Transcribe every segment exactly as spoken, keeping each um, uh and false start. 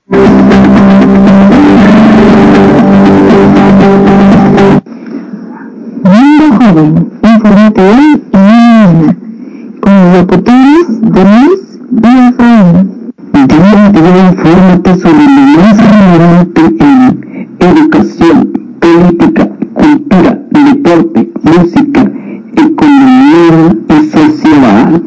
Mundo joven, infórmate hoy y mañana, con los locutores Denise y Efraín. Día de hoy, infórmate sobre lo más relevante en educación, política, cultura, deporte, música, economía y sociedad.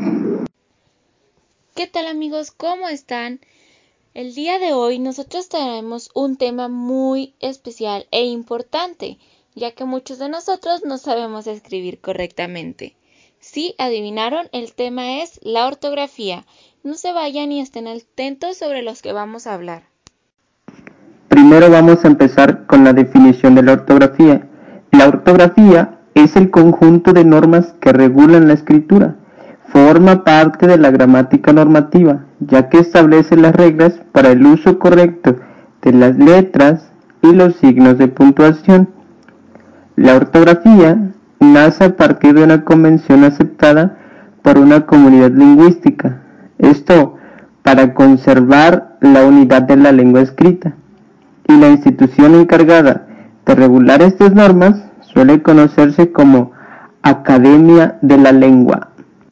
¿Qué tal, amigos? ¿Cómo están? El día de hoy nosotros traemos un tema muy especial e importante, ya que muchos de nosotros no sabemos escribir correctamente. Sí, adivinaron, el tema es la ortografía. No se vayan y estén atentos sobre los que vamos a hablar. Primero vamos a empezar con la definición de la ortografía. La ortografía es el conjunto de normas que regulan la escritura. Forma parte de la gramática normativa, ya que establece las reglas para el uso correcto de las letras y los signos de puntuación. La ortografía nace a partir de una convención aceptada por una comunidad lingüística. Esto para conservar la unidad de la lengua escrita. Y la institución encargada de regular estas normas suele conocerse como Academia de la Lengua.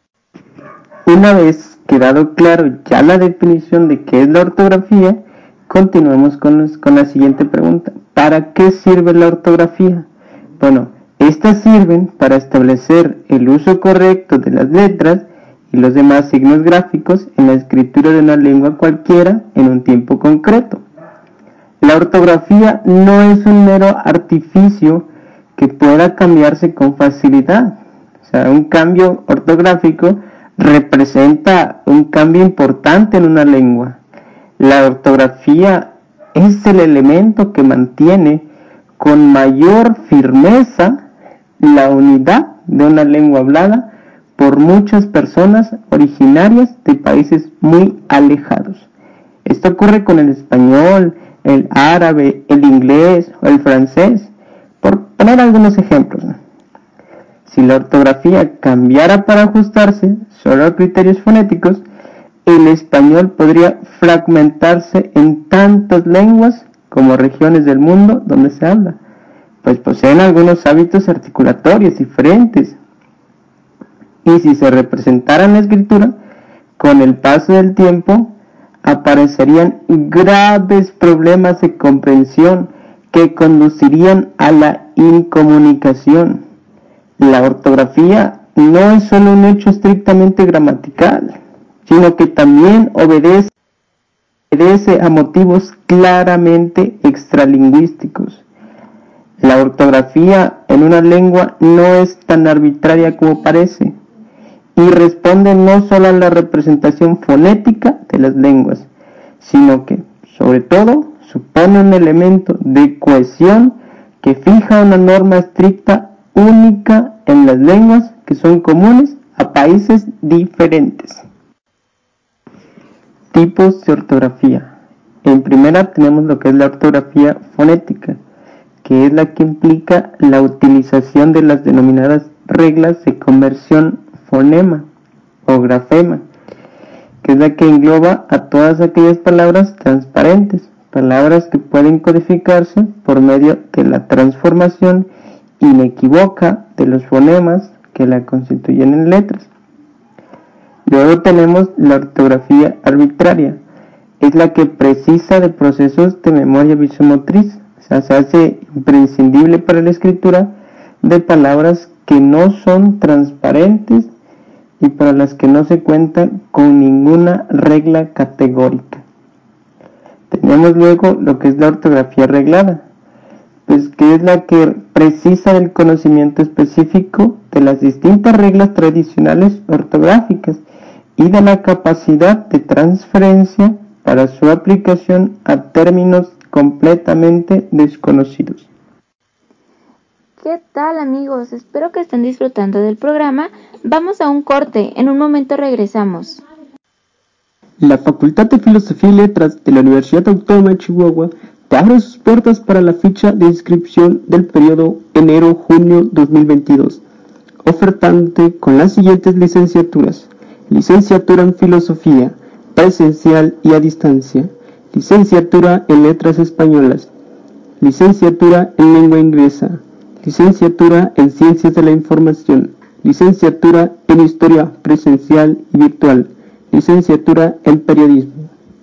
Una vez quedado claro ya la definición de qué es la ortografía, continuamos con, los, con la siguiente pregunta. ¿Para qué sirve la ortografía? Bueno, estas sirven para establecer el uso correcto de las letras y los demás signos gráficos en la escritura de una lengua cualquiera en un tiempo concreto. La ortografía no es un mero artificio que pueda cambiarse con facilidad. O sea, un cambio ortográfico representa un cambio importante en una lengua. La ortografía es el elemento que mantiene con mayor firmeza la unidad de una lengua hablada por muchas personas originarias de países muy alejados. Esto ocurre con el español, el árabe, el inglés o el francés, por poner algunos ejemplos. Si la ortografía cambiara para ajustarse solo a criterios fonéticos, el español podría fragmentarse en tantas lenguas como regiones del mundo donde se habla, pues poseen algunos hábitos articulatorios diferentes. Y si se representara en la escritura, con el paso del tiempo, aparecerían graves problemas de comprensión que conducirían a la incomunicación. La ortografía no es solo un hecho estrictamente gramatical, sino que también obedece, obedece a motivos claramente extralingüísticos. La ortografía en una lengua no es tan arbitraria como parece, y responde no solo a la representación fonética de las lenguas, sino que, sobre todo, supone un elemento de cohesión que fija una norma estricta única en las lenguas que son comunes a países diferentes. Tipos de ortografía. En primera tenemos lo que es la ortografía fonética, que es la que implica la utilización de las denominadas reglas de conversión fonema o grafema, que es la que engloba a todas aquellas palabras transparentes, palabras que pueden codificarse por medio de la transformación inequívoca de los fonemas que la constituyen en letras. Luego tenemos la ortografía arbitraria, es la que precisa de procesos de memoria visomotriz, o sea, se hace imprescindible para la escritura de palabras que no son transparentes y para las que no se cuenta con ninguna regla categórica. Tenemos luego lo que es la ortografía reglada, pues que es la que precisa del conocimiento específico de las distintas reglas tradicionales ortográficas y de la capacidad de transferencia para su aplicación a términos completamente desconocidos. ¿Qué tal, amigos? Espero que estén disfrutando del programa. Vamos a un corte, en un momento regresamos. La Facultad de Filosofía y Letras de la Universidad Autónoma de Chihuahua te abre sus puertas para la ficha de inscripción del periodo enero-junio dos mil veintidós, ofertante con las siguientes licenciaturas: licenciatura en Filosofía, presencial y a distancia, licenciatura en Letras Españolas, licenciatura en Lengua Inglesa, licenciatura en Ciencias de la Información, licenciatura en Historia Presencial y Virtual, licenciatura en Periodismo.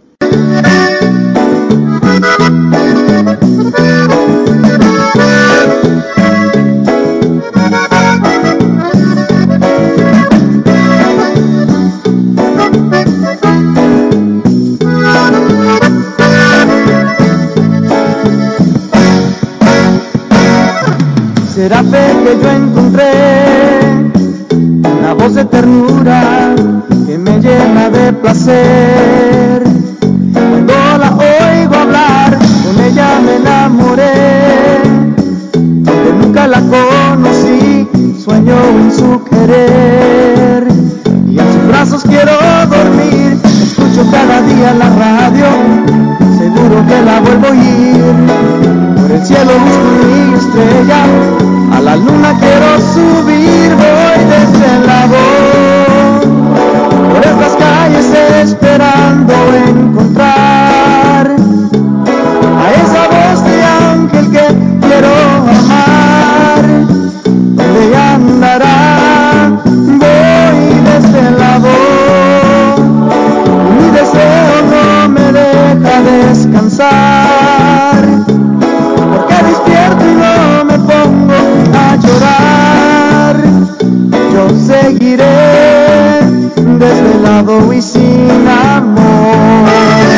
Será fe que yo encontré una voz de ternura que me llena de placer. Cuando la oigo hablar, con ella me enamoré. Aunque nunca la conocí, sueño en su querer. Y en sus brazos quiero dormir. Escucho cada día la radio, seguro que la vuelvo a oír. Por el cielo busco mi estrella, a la luna quiero subir, voy desde la voz, por estas calles esperando encontrar a esa voz de ángel que quiero amar. ¿Dónde ella andará? Voy desde la voz, mi deseo no me deja descansar, porque despierto y no me pongo a llorar. Yo seguiré desvelado y sin amor.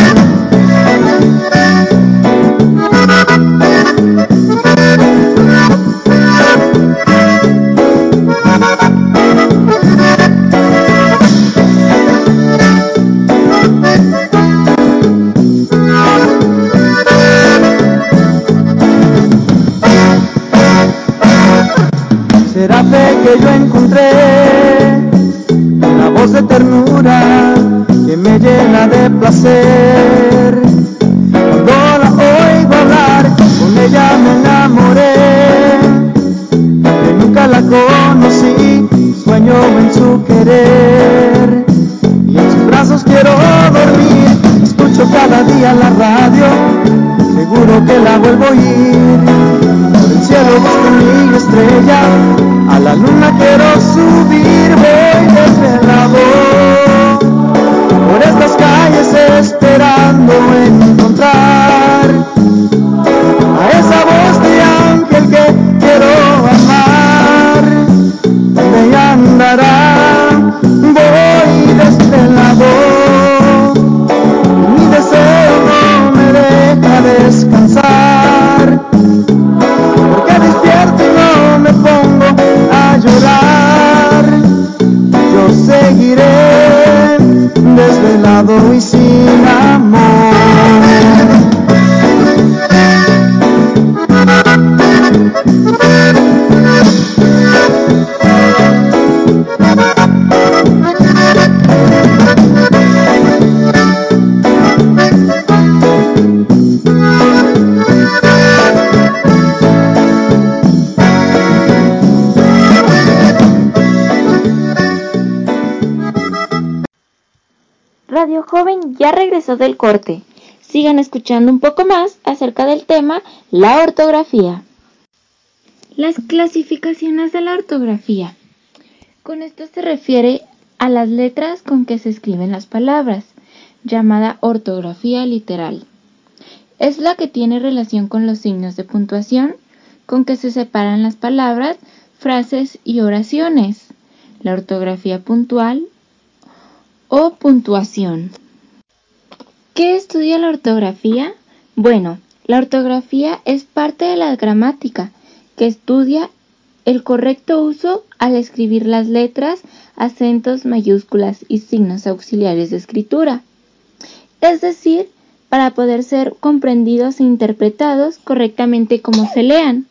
Será fe que yo encontré una voz de ternura que me llena de placer. Cuando la oigo hablar, con ella me enamoré. Que nunca la conocí, sueño en su querer. Y en sus brazos quiero dormir. Escucho cada día la radio, seguro que la vuelvo a oír. Por el cielo busco mi estrella, a la luna quiero subir, voy desde la voz, por estas calles esperando encontrar a esa voz de ángel que quiero amar. ¿Dónde ella andará? Voy desde la voz, mi deseo no me deja descansar, porque despierto y no me pongo a llorar. Yo seguiré desvelado y sin amor. Radio Joven ya regresó del corte. Sigan escuchando un poco más acerca del tema la ortografía. Las clasificaciones de la ortografía. Con esto se refiere a las letras con que se escriben las palabras, llamada ortografía literal. Es la que tiene relación con los signos de puntuación, con que se separan las palabras, frases y oraciones. La ortografía puntual o puntuación. ¿Qué estudia la ortografía? Bueno, la ortografía es parte de la gramática, que estudia el correcto uso al escribir las letras, acentos, mayúsculas y signos auxiliares de escritura. Es decir, para poder ser comprendidos e interpretados correctamente como se lean.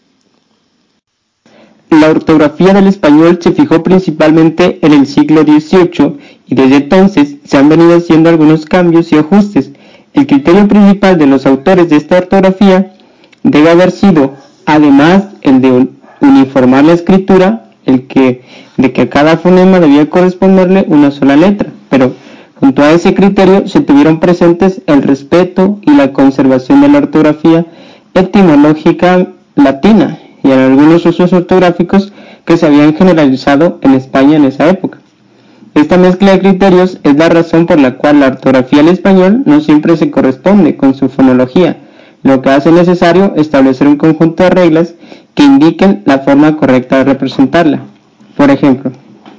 La ortografía del español se fijó principalmente en el siglo dieciocho y desde entonces se han venido haciendo algunos cambios y ajustes. El criterio principal de los autores de esta ortografía debe haber sido, además, el de uniformar la escritura, el que de que a cada fonema debía corresponderle una sola letra, pero Junto a ese criterio se tuvieron presentes el respeto y la conservación de la ortografía etimológica latina y en algunos usos ortográficos que se habían generalizado en España en esa época. Esta mezcla de criterios es la razón por la cual la ortografía del español no siempre se corresponde con su fonología, lo que hace necesario establecer un conjunto de reglas que indiquen la forma correcta de representarla. Por ejemplo,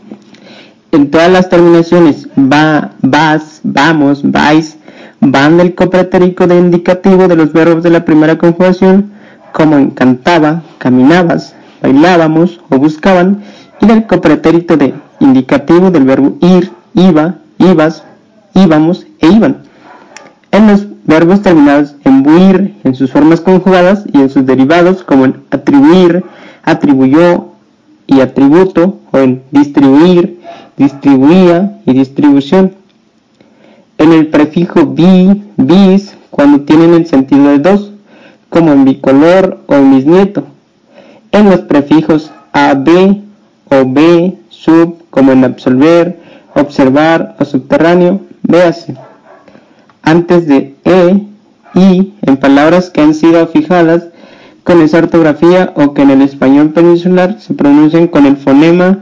en todas las terminaciones va, vas, vamos, vais, van del copretérico de indicativo de los verbos de la primera conjugación, como en cantaba, caminabas, bailábamos o buscaban, y del copretérito de indicativo del verbo ir, iba, ibas, íbamos e iban. En los verbos terminados en buir, en sus formas conjugadas y en sus derivados, como en atribuir, atribuyó y atributo, o en distribuir, distribuía y distribución. En el prefijo bi, bis, cuando tienen el sentido de dos, como en bicolor o en bisnieto. En los prefijos ab o b, sub, como en absolver, observar o subterráneo, véase. Antes de e, i, en palabras que han sido fijadas con esa ortografía o que en el español peninsular se pronuncian con el fonema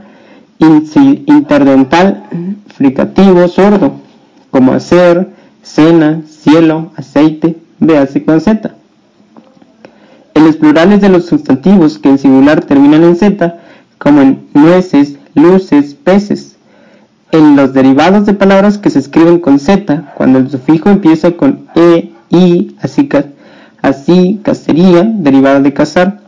interdental fricativo sordo, como hacer, cena, cielo, aceite, véase con z. En los plurales de los sustantivos que en singular terminan en z, como en nueces, luces, peces. En los derivados de palabras que se escriben con z, cuando el sufijo empieza con e, i, así, así cacería, derivado de cazar.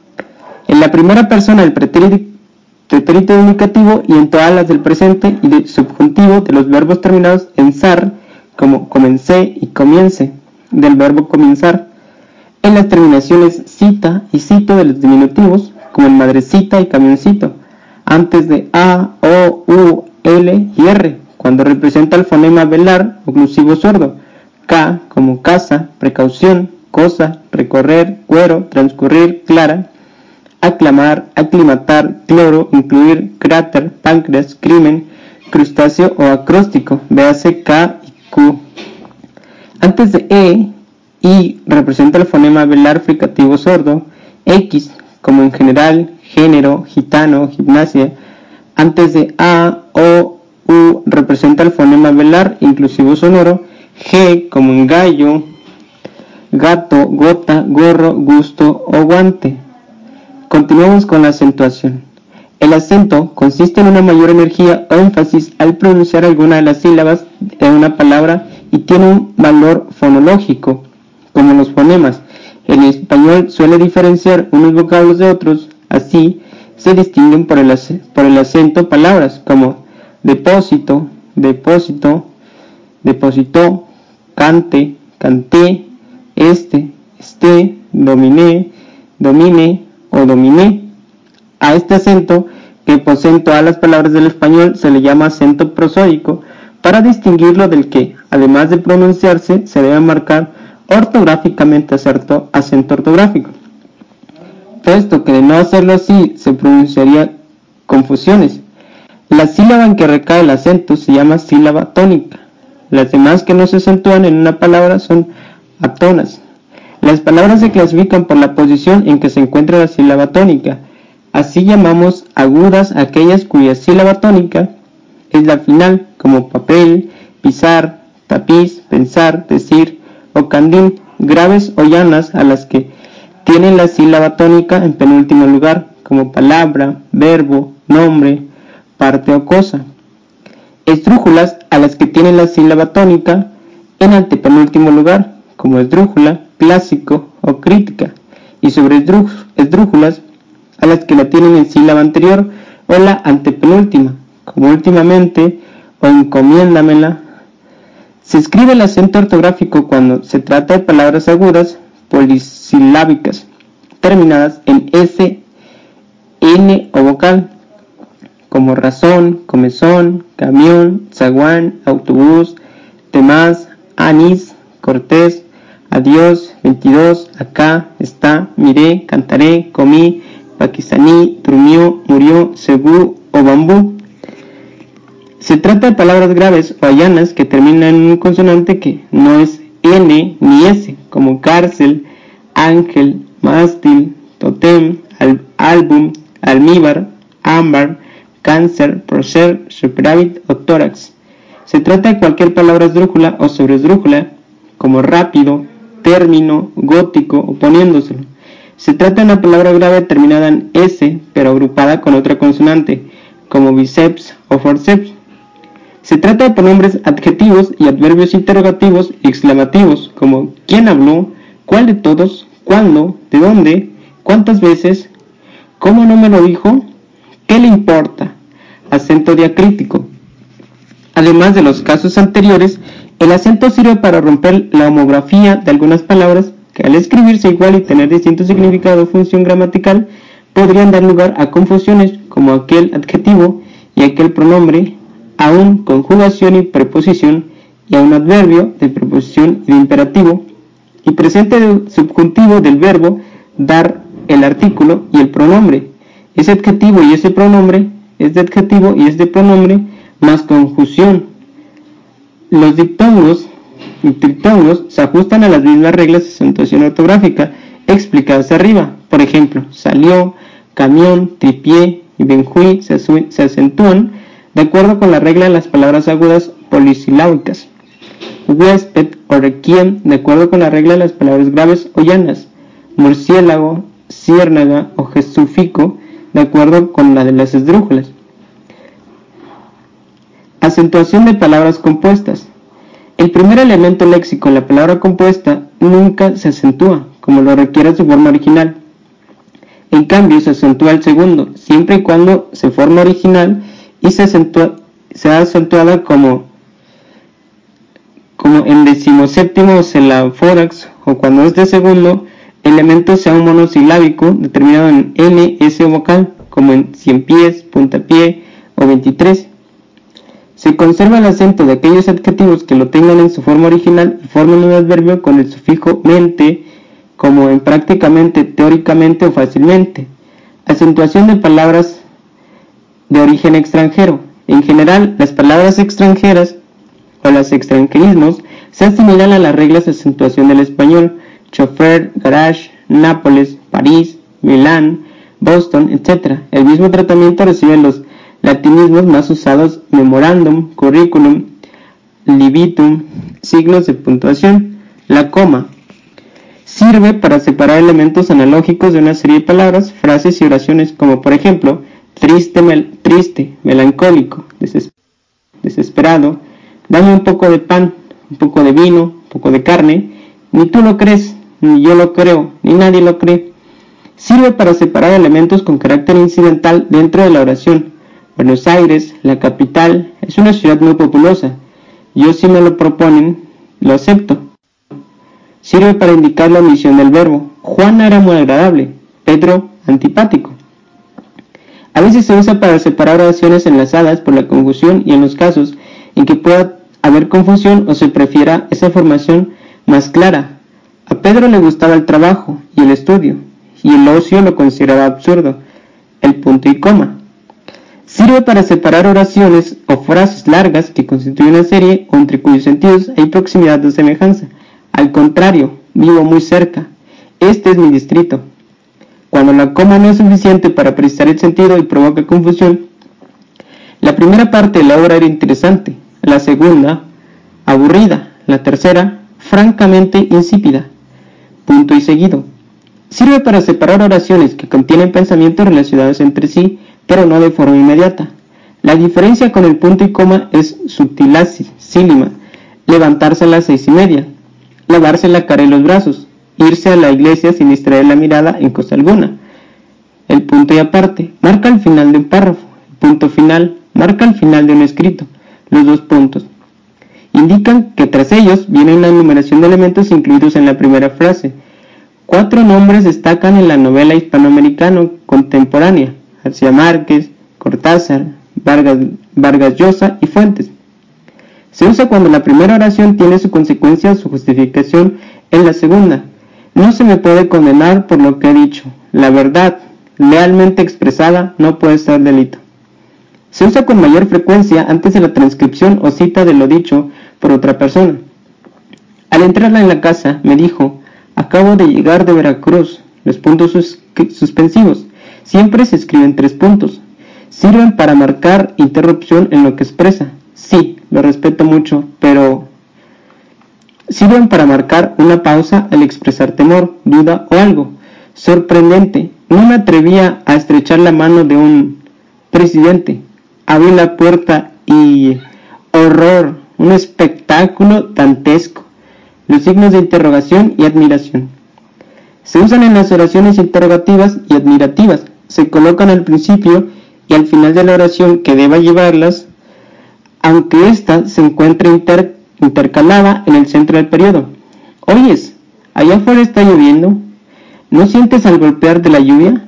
En la primera persona del pretérito, pretérito indicativo y en todas las del presente y del subjuntivo de los verbos terminados en zar, como comencé y comience, del verbo comenzar. En las terminaciones cita y cito de los diminutivos, como en madrecita y camioncito, antes de a, o, u, l y r, cuando representa el fonema velar oclusivo sordo, k, como casa, precaución, cosa, recorrer, cuero, transcurrir, clara, aclamar, aclimatar, cloro, incluir, cráter, páncreas, crimen, crustáceo o acróstico, véase K y Q. Antes de E, I representa el fonema velar fricativo sordo, X, como en general, género, gitano, gimnasia. Antes de A, O, U representa el fonema velar inclusivo sonoro, G, como en gallo, gato, gota, gorro, gusto o guante. Continuamos con la acentuación. El acento consiste en una mayor energía o énfasis al pronunciar alguna de las sílabas de una palabra y tiene un valor fonológico, como los fonemas. En español suele diferenciar unos vocablos de otros, así se distinguen por el, ac- por el acento palabras como depósito, depósito, depositó, cante, canté, este, esté, dominé, domine o dominé. A este acento, que poseen todas las palabras del español, se le llama acento prosódico, para distinguirlo del que, además de pronunciarse, se debe marcar ortográficamente acento, acento ortográfico, puesto que de no hacerlo así se pronunciaría confusiones. La sílaba en que recae el acento se llama sílaba tónica. Las demás que no se acentúan en una palabra son atonas. Las palabras se clasifican por la posición en que se encuentra la sílaba tónica. Así llamamos agudas aquellas cuya sílaba tónica es la final, como papel, pisar, tapiz, pensar, decir o candil. Graves o llanas a las que tienen la sílaba tónica en penúltimo lugar, como palabra, verbo, nombre, parte o cosa. Esdrújulas a las que tienen la sílaba tónica en antepenúltimo lugar, como esdrújula, clásico o crítica, y sobre esdrújulas a las que la tienen en sílaba anterior o la antepenúltima, como últimamente o encomiéndamela. Se escribe el acento ortográfico cuando se trata de palabras agudas polisilábicas, terminadas en S, N o vocal, como razón, comezón, camión, zaguán, autobús, demás, anís, cortés, adiós, veintidós, acá, está, miré, cantaré, comí, paquistaní, durmió, murió, cebú o bambú. Se trata de palabras graves o allanas que terminan en un consonante que no es N ni S, como cárcel, ángel, mástil, totem, al- álbum, almíbar, ámbar, cáncer, prócer, superávit o tórax. Se trata de cualquier palabra esdrújula o sobreesdrújula, como rápido, término, gótico o poniéndoselo. Se trata de una palabra grave terminada en S, pero agrupada con otra consonante, como bíceps o forceps. Se trata de pronombres adjetivos y adverbios interrogativos y exclamativos, como ¿quién habló?, ¿cuál de todos?, ¿cuándo?, ¿de dónde?, ¿cuántas veces?, ¿cómo no me lo dijo?, ¿qué le importa?, acento diacrítico. Además de los casos anteriores, el acento sirve para romper la homografía de algunas palabras que al escribirse igual y tener distinto significado o función gramatical podrían dar lugar a confusiones, como aquel adjetivo y aquel pronombre, a un conjugación y preposición y a un adverbio de preposición y de imperativo, y presente del subjuntivo del verbo dar el artículo y el pronombre. Ese adjetivo y ese pronombre es de adjetivo y es de pronombre más conjunción. Los diptongos y triptongos se ajustan a las mismas reglas de acentuación ortográfica explicadas arriba. Por ejemplo, salió, camión, tripié y benjuí se, se acentúan de acuerdo con la regla de las palabras agudas polisilábicas. Huésped o requiem de acuerdo con la regla de las palabras graves o llanas. Murciélago, ciérnaga o jesúfico de acuerdo con la de las esdrújulas. Acentuación de palabras compuestas. El primer elemento léxico en la palabra compuesta nunca se acentúa, como lo requiere su forma original. En cambio, se acentúa el segundo, siempre y cuando se forma original y se acentúa, sea acentuada como, como en decimoséptimo celantórax, o cuando este segundo elemento sea un monosilábico determinado en N, S vocal, como en cien pies, puntapié o veintitrés. Se conserva el acento de aquellos adjetivos que lo tengan en su forma original y formen un adverbio con el sufijo mente, como en prácticamente, teóricamente o fácilmente. Acentuación de palabras de origen extranjero. En general, las palabras extranjeras o los extranjerismos se asimilan a las reglas de acentuación del español: chofer, garage, Nápoles, París, Milán, Boston, etcétera. El mismo tratamiento reciben los latinismos más usados: memorándum, currículum, libitum, signos de puntuación. La coma sirve para separar elementos analógicos de una serie de palabras, frases y oraciones, como por ejemplo triste, mel- triste, melancólico, deses- desesperado, dame un poco de pan, un poco de vino, un poco de carne. Ni tú lo crees, ni yo lo creo, ni nadie lo cree. Sirve para separar elementos con carácter incidental dentro de la oración. Buenos Aires, la capital, es una ciudad muy populosa. Yo, si me lo proponen, lo acepto. Sirve para indicar la omisión del verbo. Juana era muy agradable, Pedro antipático. A veces se usa para separar oraciones enlazadas por la confusión y en los casos en que pueda haber confusión o se prefiera esa formación más clara. A Pedro le gustaba el trabajo y el estudio, y el ocio lo consideraba absurdo. El punto y coma. Sirve para separar oraciones o frases largas que constituyen una serie o entre cuyos sentidos hay proximidad o semejanza. Al contrario, vivo muy cerca. Este es mi distrito. Cuando la coma no es suficiente para precisar el sentido y provoca confusión, la primera parte de la obra era interesante, la segunda, aburrida, la tercera, francamente insípida. Punto y seguido. Sirve para separar oraciones que contienen pensamientos relacionados entre sí, pero no de forma inmediata. La diferencia con el punto y coma es subtilísima: levantarse a las seis y media, lavarse la cara y los brazos, irse a la iglesia sin distraer la mirada en cosa alguna. El punto y aparte marca el final de un párrafo. El punto final marca el final de un escrito. Los dos puntos indican que tras ellos viene una enumeración de elementos incluidos en la primera frase. Cuatro nombres destacan en la novela hispanoamericana contemporánea: García Márquez, Cortázar, Vargas, Vargas Llosa y Fuentes. Se usa cuando la primera oración tiene su consecuencia o su justificación en la segunda. No se me puede condenar por lo que he dicho. La verdad, lealmente expresada, no puede ser delito. Se usa con mayor frecuencia antes de la transcripción o cita de lo dicho por otra persona. Al entrar en la casa, me dijo: acabo de llegar de Veracruz. Los puntos sus- suspensivos siempre se escriben tres puntos. Sirven para marcar interrupción en lo que expresa. Sí, lo respeto mucho, pero sirven para marcar una pausa al expresar temor, duda o algo. Sorprendente. No me atrevía a estrechar la mano de un presidente. Abrí la puerta y... ¡horror! Un espectáculo dantesco. Los signos de interrogación y admiración. Se usan en las oraciones interrogativas y admirativas. Se colocan al principio y al final de la oración que deba llevarlas, aunque ésta se encuentre inter, intercalada en el centro del periodo. Oyes, allá afuera está lloviendo. ¿No sientes al golpear de la lluvia?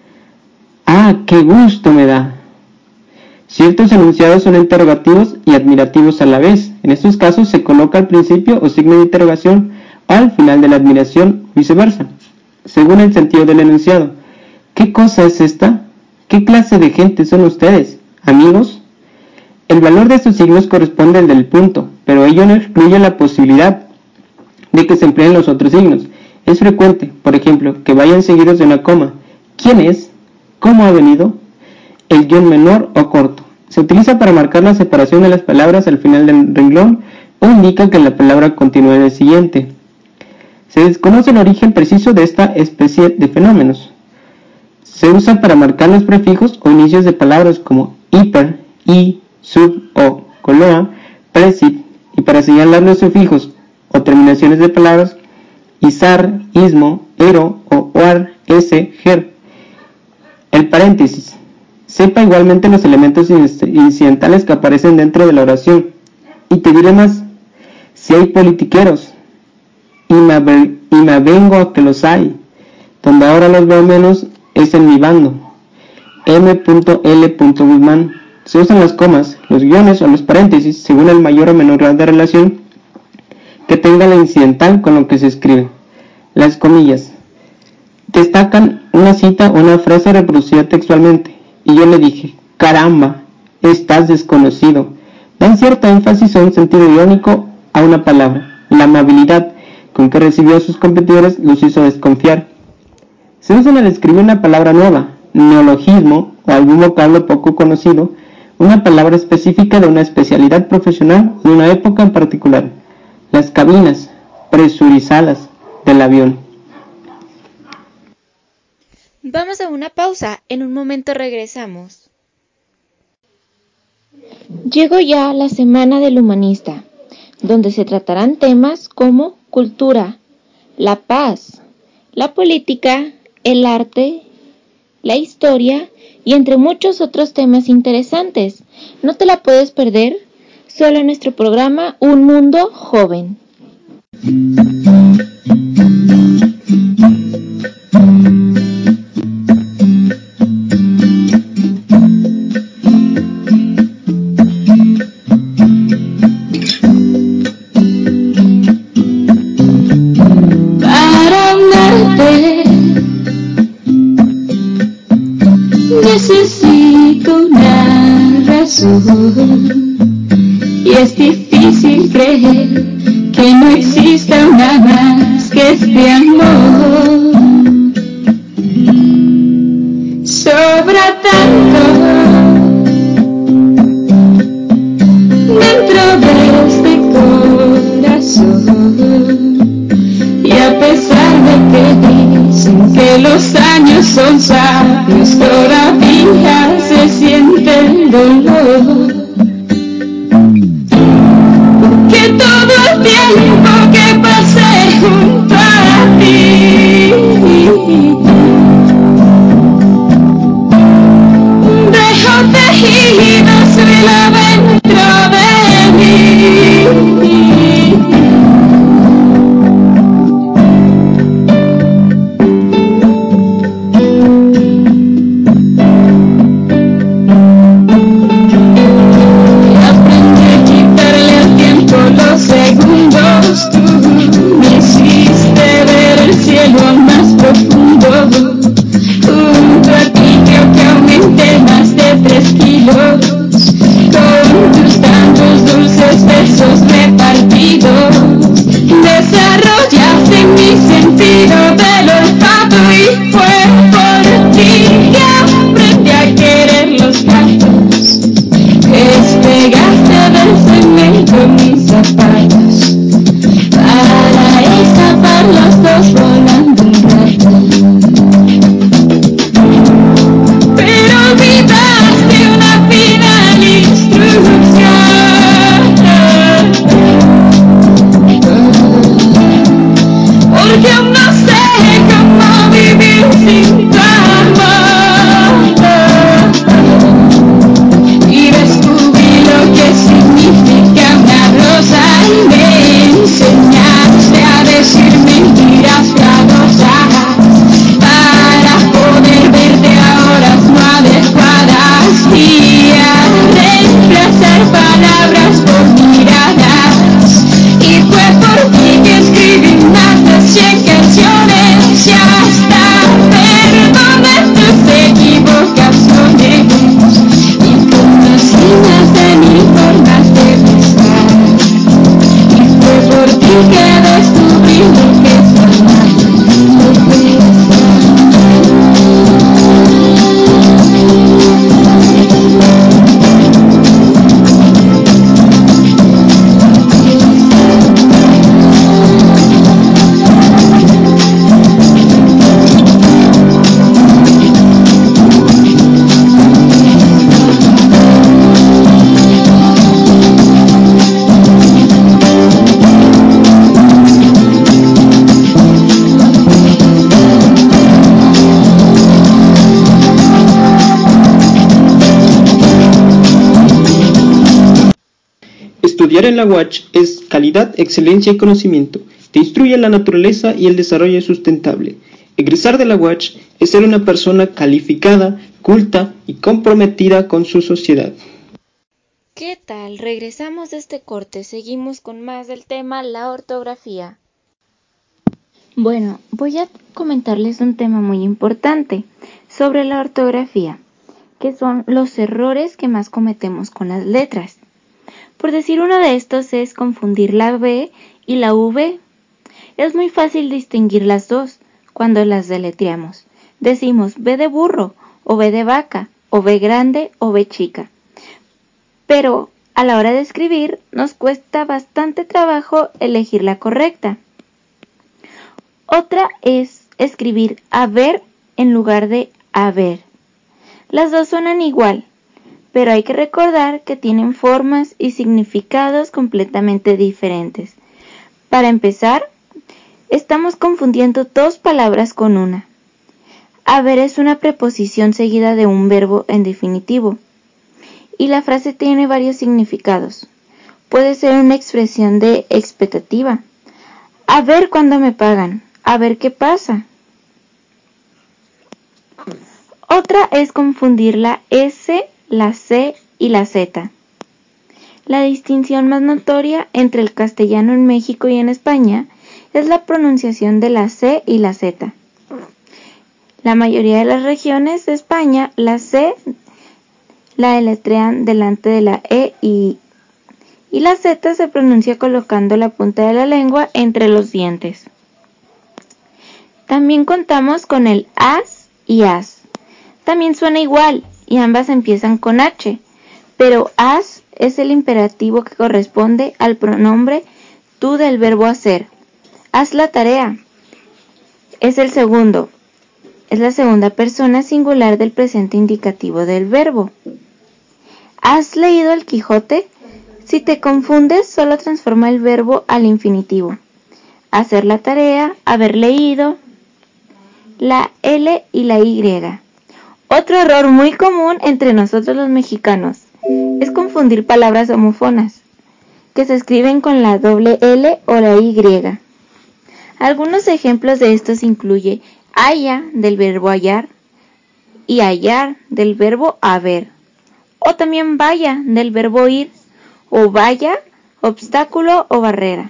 ¡Ah, qué gusto me da! Ciertos enunciados son interrogativos y admirativos a la vez. En estos casos se coloca al principio o signo de interrogación o al final de la admiración, viceversa, según el sentido del enunciado. ¿Qué cosa es esta? ¿Qué clase de gente son ustedes, amigos? El valor de estos signos corresponde al del punto, pero ello no excluye la posibilidad de que se empleen los otros signos. Es frecuente, por ejemplo, que vayan seguidos de una coma. ¿Quién es? ¿Cómo ha venido? El guión menor o corto. Se utiliza para marcar la separación de las palabras al final del renglón o indica que la palabra continúa en el siguiente. Se desconoce el origen preciso de esta especie de fenómenos. Se usa para marcar los prefijos o inicios de palabras como hiper, i, sub o coloa, presit, y para señalar los sufijos o terminaciones de palabras izar, ismo, ero o oar, ese, ger. El paréntesis. Sepa igualmente los elementos incidentales que aparecen dentro de la oración. Y te diré más, si hay politiqueros, y me, y me avengo a que los hay, donde ahora los veo menos es en mi bando. M L Guzmán. Se usan las comas, los guiones o los paréntesis según el mayor o menor grado de relación que tenga la incidental con lo que se escribe. Las comillas destacan una cita o una frase reproducida textualmente, y yo le dije: caramba, estás desconocido. Dan cierto énfasis o un sentido irónico a una palabra. La amabilidad con que recibió a sus competidores los hizo desconfiar. Se usan al escribir una palabra nueva, neologismo o algún vocablo poco conocido, una palabra específica de una especialidad profesional de una época en particular. Las cabinas presurizadas del avión. Vamos a una pausa, en un momento regresamos. Llegó ya la Semana del Humanista, donde se tratarán temas como cultura, la paz, la política, el arte, la historia y entre muchos otros temas interesantes. No te la puedes perder, solo en nuestro programa Un Mundo Joven. Para amarte necesito una razón, y es difícil creer que no exista una más que este amor. Sobra tanto dentro de este corazón, y a pesar de que dicen que los años son sabios, todavía se siente el dolor. Que todo el tiempo que pasé junto a ti dejó tejidos mil dentro de mí. los dos volando un rato. Pero olvidaste una final instrucción, porque aún no sé cómo vivir sin tu amor. Y descubrí lo que significa una rosa y me enseñaste a decir mentiras piadosas para poder verte a horas no adecuadas y a reemplazar palabras por miradas. Y fue por ti que escribí más de cien canciones y hasta perdoné tus equivocaciones. Y tú me enseñaste mil formas de besar. Y fue por ti que descubrí lo que es amar, lo que es Estudiar en la U A C H es calidad, excelencia y conocimiento. Te instruye en la naturaleza y el desarrollo sustentable. Egresar de la U A C H es ser una persona calificada, culta y comprometida con su sociedad. ¿Qué tal? Regresamos de este corte, seguimos con más del tema, la ortografía. Bueno, voy a comentarles un tema muy importante sobre la ortografía, que son los errores que más cometemos con las letras. Por decir uno de estos es confundir la B y la V. Es muy fácil distinguir las dos cuando las deletreamos. Decimos B de burro, o B de vaca, o B grande, o B chica. Pero a la hora de escribir nos cuesta bastante trabajo elegir la correcta. Otra es escribir haber en lugar de haber. Las dos suenan igual, pero hay que recordar que tienen formas y significados completamente diferentes. Para empezar, estamos confundiendo dos palabras con una. Haber es una preposición seguida de un verbo en definitivo, y la frase tiene varios significados. Puede ser una expresión de expectativa. A ver cuándo me pagan, a ver qué pasa. Otra es confundir la S, la C y la Z. La distinción más notoria entre el castellano en México y en España es la pronunciación de la C y la Z. La mayoría de las regiones de España, la C la deletrean delante de la E y, y la Z se pronuncia colocando la punta de la lengua entre los dientes. También contamos con el as y as. También suena igual y ambas empiezan con H, pero as es el imperativo que corresponde al pronombre tú del verbo hacer. Haz la tarea. Es el segundo. Es la segunda persona singular del presente indicativo del verbo. ¿Has leído el Quijote? Si te confundes, solo transforma el verbo al infinitivo. Hacer la tarea, haber leído, la L y la Y. Otro error muy común entre nosotros los mexicanos es confundir palabras homófonas, que se escriben con la doble L o la Y. Algunos ejemplos de estos incluye haya del verbo hallar y hallar del verbo haber, o también vaya del verbo ir, o vaya, obstáculo o barrera.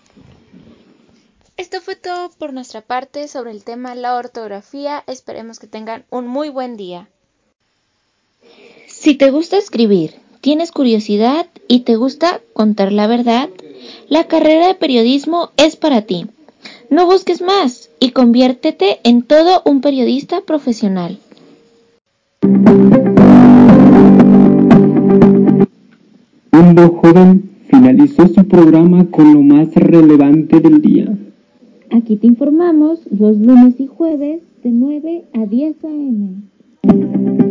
Esto fue todo por nuestra parte sobre el tema la ortografía. Esperemos que tengan un muy buen día. Si te gusta escribir, tienes curiosidad y te gusta contar la verdad, la carrera de periodismo es para ti. No busques más y conviértete en todo un periodista profesional. Mundo Joven finalizó su programa con lo más relevante del día. Aquí te informamos los lunes y jueves de nueve a diez a eme